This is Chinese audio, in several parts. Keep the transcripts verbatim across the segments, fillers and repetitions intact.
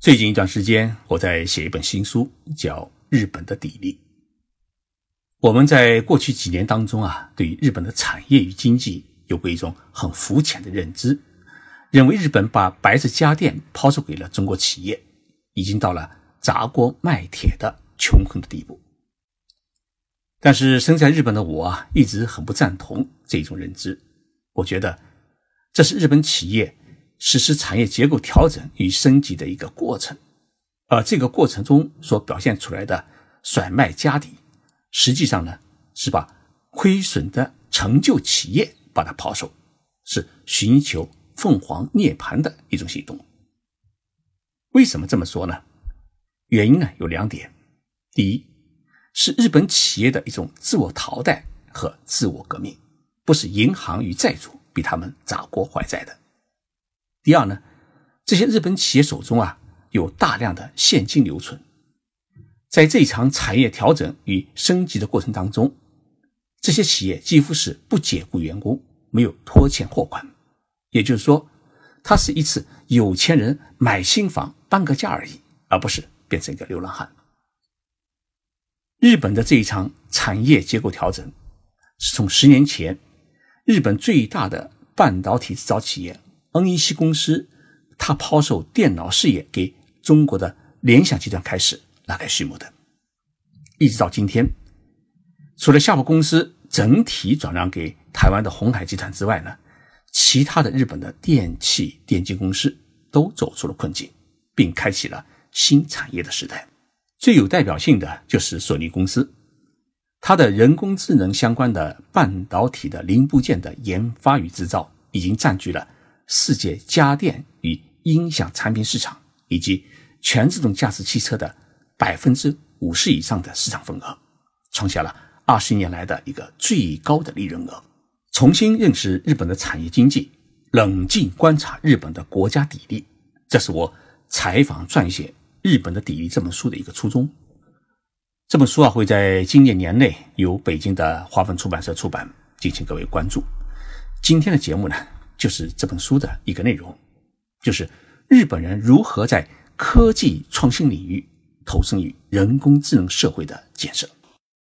最近一段时间，我在写一本新书，叫《日本的砥砺》。我们在过去几年当中啊，对于日本的产业与经济有过一种很肤浅的认知，认为日本把白色家电抛售给了中国企业，已经到了砸锅卖铁的穷困的地步。但是身在日本的我啊，一直很不赞同这种认知。我觉得这是日本企业实施产业结构调整与升级的一个过程，而这个过程中所表现出来的甩卖家底，实际上呢是把亏损的成就企业把它抛售，是寻求凤凰涅槃的一种行动。为什么这么说呢？原因呢有两点。第一，是日本企业的一种自我淘汰和自我革命，不是银行与债主比他们砸锅坏债的。第二呢，这些日本企业手中啊有大量的现金留存，在这一场产业调整与升级的过程当中，这些企业几乎是不解雇员工，没有拖欠货款，也就是说，它是一次有钱人买新房搬个家而已，而不是变成一个流浪汉。日本的这一场产业结构调整是从十年前日本最大的半导体制造企业 N E C 公司它抛售电脑事业给中国的联想集团开始拉开序幕的，一直到今天，除了夏普公司整体转让给台湾的鸿海集团之外呢，其他的日本的电器电机公司都走出了困境，并开启了新产业的时代。最有代表性的就是索尼公司，它的人工智能相关的半导体的零部件的研发与制造已经占据了世界家电与音响产品市场以及全自动驾驶汽车的 百分之五十 以上的市场份额，创下了二十年来的一个最高的利润额。重新认识日本的产业经济，冷静观察日本的国家砥砺，这是我采访撰写《日本的砥砺》这本书的一个初衷。这本书啊会在今年年内由北京的华文出版社出版，敬请各位关注。今天的节目呢，就是这本书的一个内容，就是日本人如何在科技创新领域投身于人工智能社会的建设。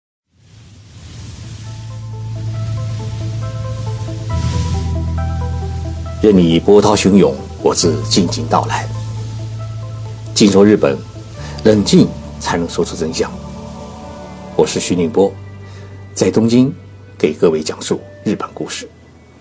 任你波涛汹涌，我自静静到来。静说日本，冷静才能说出真相。我是徐宁波，在东京给各位讲述日本故事。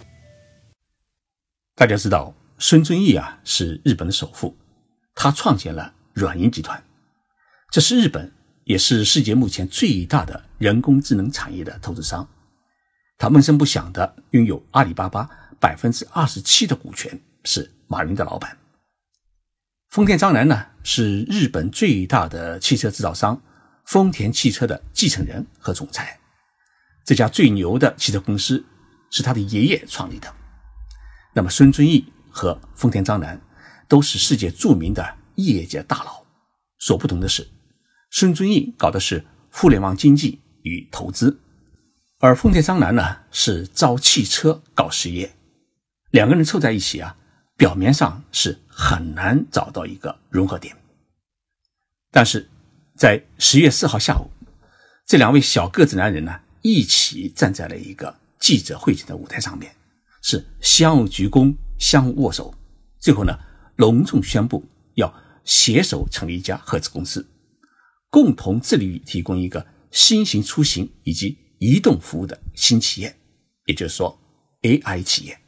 大家知道孙正义啊是日本的首富，他创建了软银集团，这是日本也是世界目前最大的人工智能产业的投资商。他闷声不响的拥有阿里巴巴 百分之二十七 的股权，是马云的老板。丰田章男呢是日本最大的汽车制造商丰田汽车的继承人和总裁，这家最牛的汽车公司是他的爷爷创立的。那么孙正义和丰田章男都是世界著名的业界大佬，所不同的是，孙正义搞的是互联网经济与投资，而丰田章男呢是造汽车搞实业。两个人凑在一起啊，表面上是很难找到一个融合点。但是在十月四号下午，这两位小个子男人呢一起站在了一个记者会前的舞台上面，是相互鞠躬，相互握手，最后呢隆重宣布要携手成立一家合资公司，共同致力于提供一个新型出行以及移动服务的新企业，也就是说 A I 企业。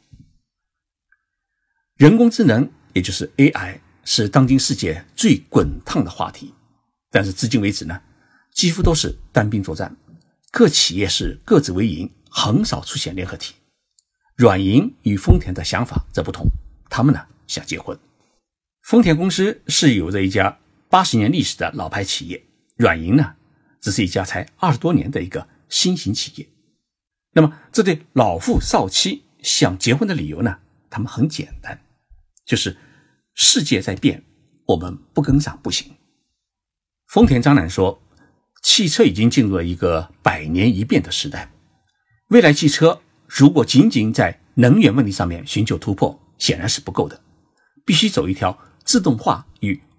人工智能也就是 A I 是当今世界最滚烫的话题，但是至今为止呢，几乎都是单兵作战，各企业是各自为营，很少出现联合体。软银与丰田的想法则不同，他们呢想结婚。丰田公司是有着一家八十年历史的老牌企业，软银呢只是一家才二十多年的一个新型企业。那么这对老夫少妻想结婚的理由呢，他们很简单，就是世界在变，我们不跟上不行。丰田章男说，汽车已经进入了一个百年一变的时代，未来汽车如果仅仅在能源问题上面寻求突破，显然是不够的，必须走一条自动化与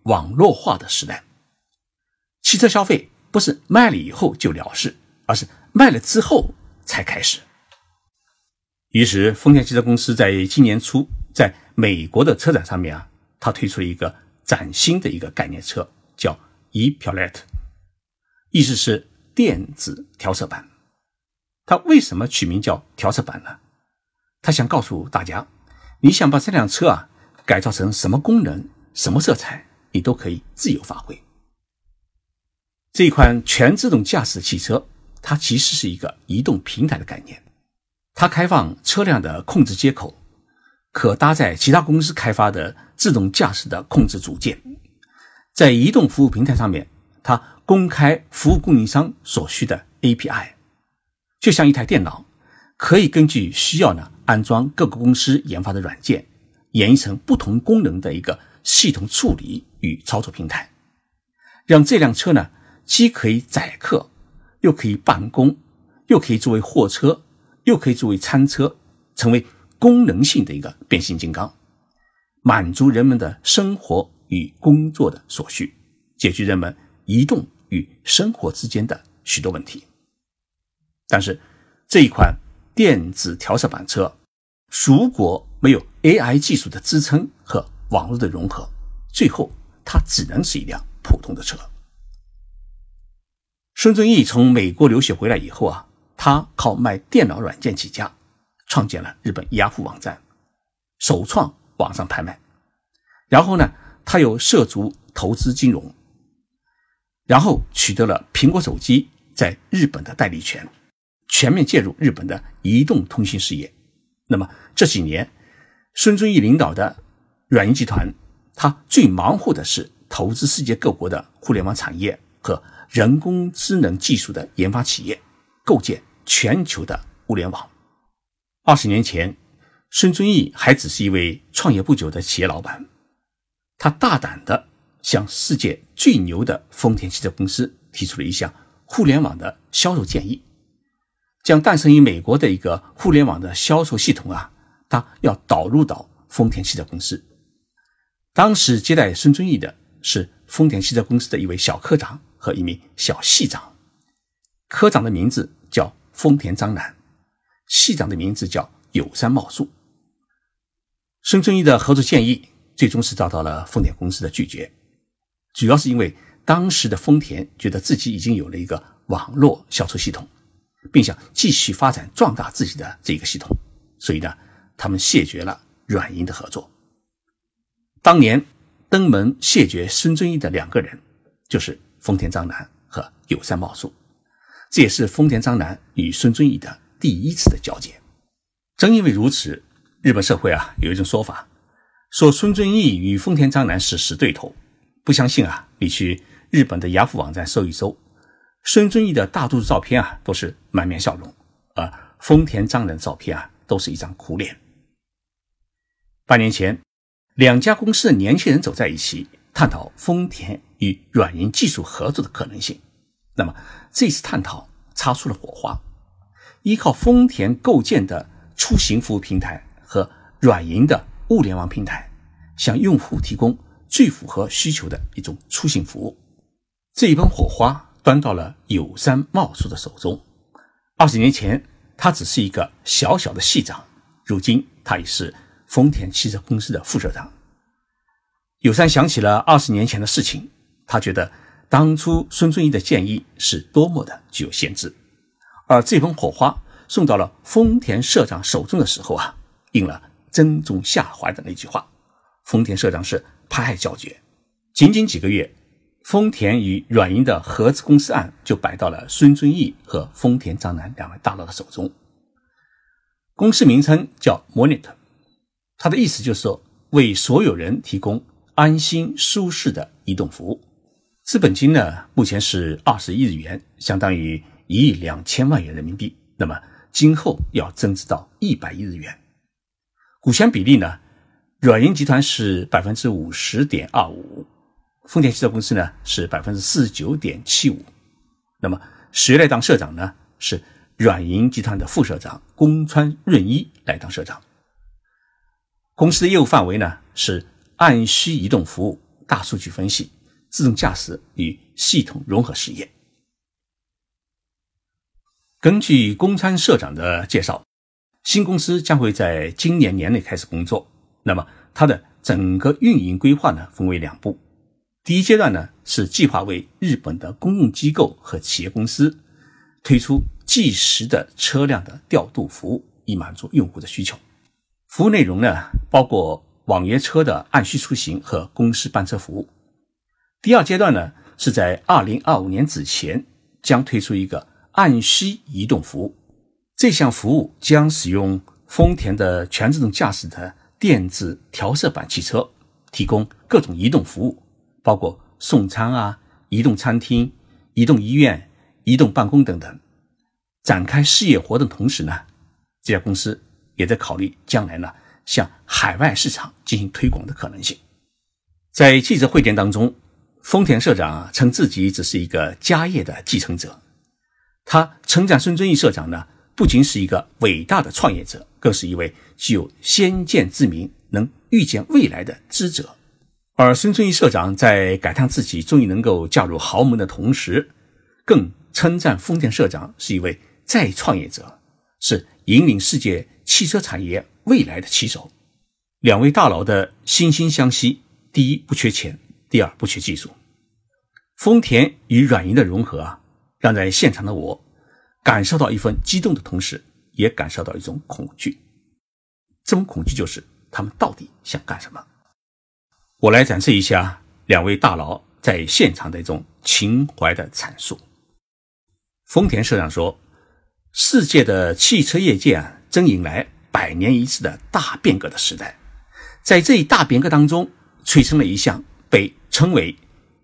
网络化的时代。汽车消费不是卖了以后就了事，而是卖了之后才开始。于是丰田汽车公司在今年初在美国的车展上面啊，它推出了一个崭新的一个概念车，叫 e-Pilot， 意思是电子调色板。它为什么取名叫调色板呢？它想告诉大家，你想把这辆车啊改造成什么功能、什么色彩，你都可以自由发挥。这一款全自动驾驶汽车，它其实是一个移动平台的概念。它开放车辆的控制接口，可搭载其他公司开发的自动驾驶的控制组件。在移动服务平台上面，它公开服务供应商所需的 A P I， 就像一台电脑，可以根据需要呢安装各个公司研发的软件，演绎成不同功能的一个系统处理与操作平台，让这辆车呢既可以载客，又可以办公，又可以作为货车，又可以作为餐车，成为功能性的一个变形金刚，满足人们的生活与工作的所需，解决人们移动与生活之间的许多问题。但是这一款电子调色板车如果没有 A I 技术的支撑和网络的融合，最后它只能是一辆普通的车。孙正义从美国留学回来以后啊，他靠卖电脑软件起家，创建了日本雅虎网站，首创网上拍卖。然后呢，他又涉足投资金融，然后取得了苹果手机在日本的代理权，全面介入日本的移动通信事业。那么这几年，孙正义领导的软银集团，他最忙活的是投资世界各国的互联网产业和人工智能技术的研发企业，构建全球的物联网。二十年前，孙正义还只是一位创业不久的企业老板，他大胆地向世界最牛的丰田汽车公司提出了一项互联网的销售建议，将诞生于美国的一个互联网的销售系统啊，他要导入到丰田汽车公司。当时接待孙正义的是丰田汽车公司的一位小科长和一名小系长，科长的名字叫丰田章男，系长的名字叫友山茂树。孙正义的合作建议最终是遭到了丰田公司的拒绝，主要是因为当时的丰田觉得自己已经有了一个网络销售系统，并想继续发展壮大自己的这个系统，所以呢，他们谢绝了软银的合作。当年登门谢绝孙正义的两个人就是丰田章男和友山茂树，这也是丰田章男与孙正义的第一次的交接。正因为如此，日本社会啊有一种说法，说孙正义与丰田章男是死对头。不相信啊，你去日本的雅虎网站搜一搜，孙正义的大多数照片啊都是满面笑容，而丰田章男的照片啊都是一张苦脸。八年前，两家公司的年轻人走在一起，探讨丰田与软银技术合作的可能性。那么这次探讨擦出了火花，依靠丰田构建的出行服务平台和软银的物联网平台，向用户提供最符合需求的一种出行服务。这一盆火花端到了友山茂树的手中。二十年前，他只是一个小小的系长，如今他已是丰田汽车公司的副社长。友山想起了二十年前的事情，他觉得当初孙正义的建议是多么的具有先知，而这盆火花送到了丰田社长手中的时候啊，应了正中下怀的那句话，丰田社长是拍案叫绝。仅仅几个月，丰田与软银的合资公司案就摆到了孙正义和丰田章男两位大佬的手中。公司名称叫 Monitor， 它的意思就是说为所有人提供安心舒适的移动服务。资本金呢，目前是二十亿日元，相当于一亿两千万元人民币，那么今后要增值到一百亿日元。股权比例呢，软银集团是 百分之五十点二五， 丰田汽车公司呢是 百分之四十九点七五。 那么谁来当社长呢？是软银集团的副社长宫川润一来当社长。公司的业务范围呢是按需移动服务、 大数据分析、自动驾驶与系统融合实验。根据宫川社长的介绍，新公司将会在今年年内开始工作。那么它的整个运营规划呢，分为两步。第一阶段呢，是计划为日本的公共机构和企业公司推出即时的车辆的调度服务，以满足用户的需求。服务内容呢，包括网约车的按需出行和公事班车服务。第二阶段呢，是在二零二五年之前将推出一个按需移动服务。这项服务将使用丰田的全自动驾驶的电子调色板汽车，提供各种移动服务，包括送餐啊、移动餐厅、移动医院、移动办公等等。展开事业活动同时呢，这家公司也在考虑将来呢向海外市场进行推广的可能性。在记者会见当中，丰田社长称自己只是一个家业的继承者。他称赞孙正义社长呢，不仅是一个伟大的创业者，更是一位具有先见之明、能预见未来的知者。而孙正义社长在感叹自己终于能够嫁入豪门的同时，更称赞丰田社长是一位再创业者，是引领世界汽车产业未来的旗手。两位大佬的惺惺相惜，第一不缺钱，第二不缺技术。丰田与软银的融合啊，让在现场的我感受到一份激动的同时，也感受到一种恐惧。这种恐惧就是他们到底想干什么。我来展示一下两位大佬在现场的一种情怀的阐述。丰田社长说，世界的汽车业界啊，正迎来百年一次的大变革的时代。在这一大变革当中，催生了一项被称为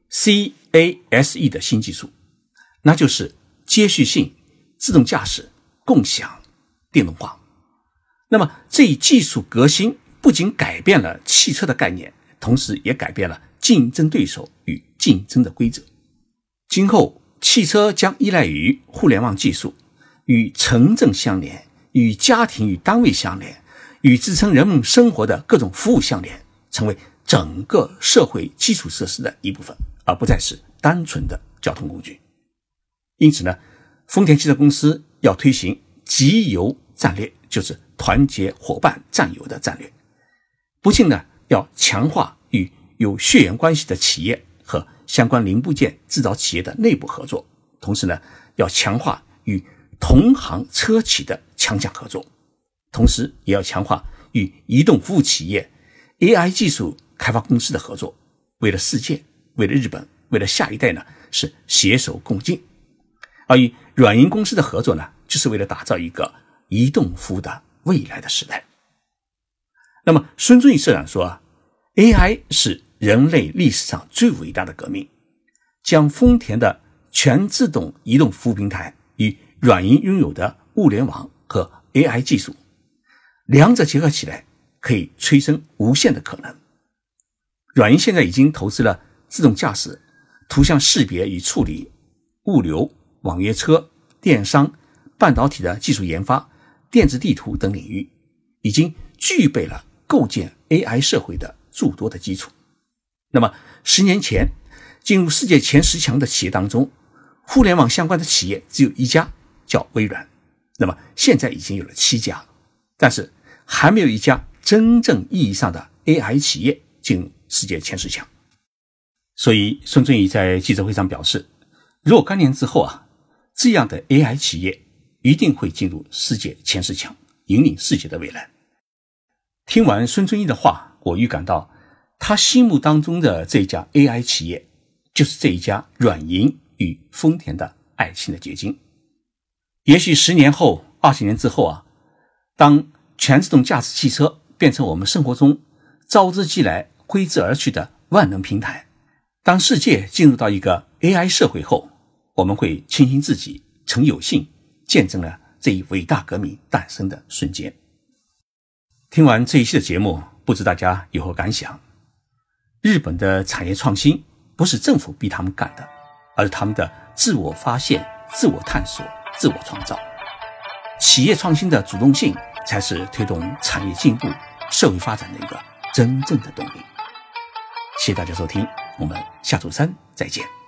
C A S E 的新技术，那就是接续性自动驾驶、共享、电动化。那么这一技术革新不仅改变了汽车的概念，同时也改变了竞争对手与竞争的规则。今后汽车将依赖于互联网技术，与城镇相连，与家庭与单位相连，与支撑人们生活的各种服务相连，成为整个社会基础设施的一部分，而不再是单纯的交通工具。因此呢，丰田汽车公司要推行集邮战略，就是团结伙伴战友的战略。不仅呢要强化与有血缘关系的企业和相关零部件制造企业的内部合作，同时呢要强化与同行车企的强强合作，同时也要强化与移动服务企业 A I 技术开发公司的合作，为了世界，为了日本，为了下一代呢，是携手共进。而与软银公司的合作呢，就是为了打造一个移动服务的未来的时代。那么孙正义社长说啊 ，A I 是人类历史上最伟大的革命，将丰田的全自动移动服务平台与软银拥有的物联网和 A I 技术，两者结合起来，可以催生无限的可能。软银现在已经投资了自动驾驶、图像识别与处理、物流、网约车、电商、半导体的技术研发、电子地图等领域，已经具备了构建 A I 社会的诸多的基础。那么十年前进入世界前十强的企业当中，互联网相关的企业只有一家，叫微软。那么现在已经有了七家，但是还没有一家真正意义上的 A I 企业进入世界前十强。所以孙正义在记者会上表示，若干年之后啊，这样的 A I 企业一定会进入世界前十强，引领世界的未来。听完孙正义的话，我预感到他心目当中的这家 A I 企业，就是这一家软银与丰田的爱情的结晶。也许十年后、二十年之后啊，当全自动驾驶汽车变成我们生活中招之即来、挥之而去的万能平台，当世界进入到一个 A I 社会后，我们会庆幸自己曾有幸见证了这一伟大革命诞生的瞬间。听完这一期的节目，不知大家有何感想？日本的产业创新不是政府逼他们干的，而是他们的自我发现、自我探索、自我创造。企业创新的主动性才是推动产业进步、社会发展的一个真正的动力。 谢谢大家收听，我们下周三再见。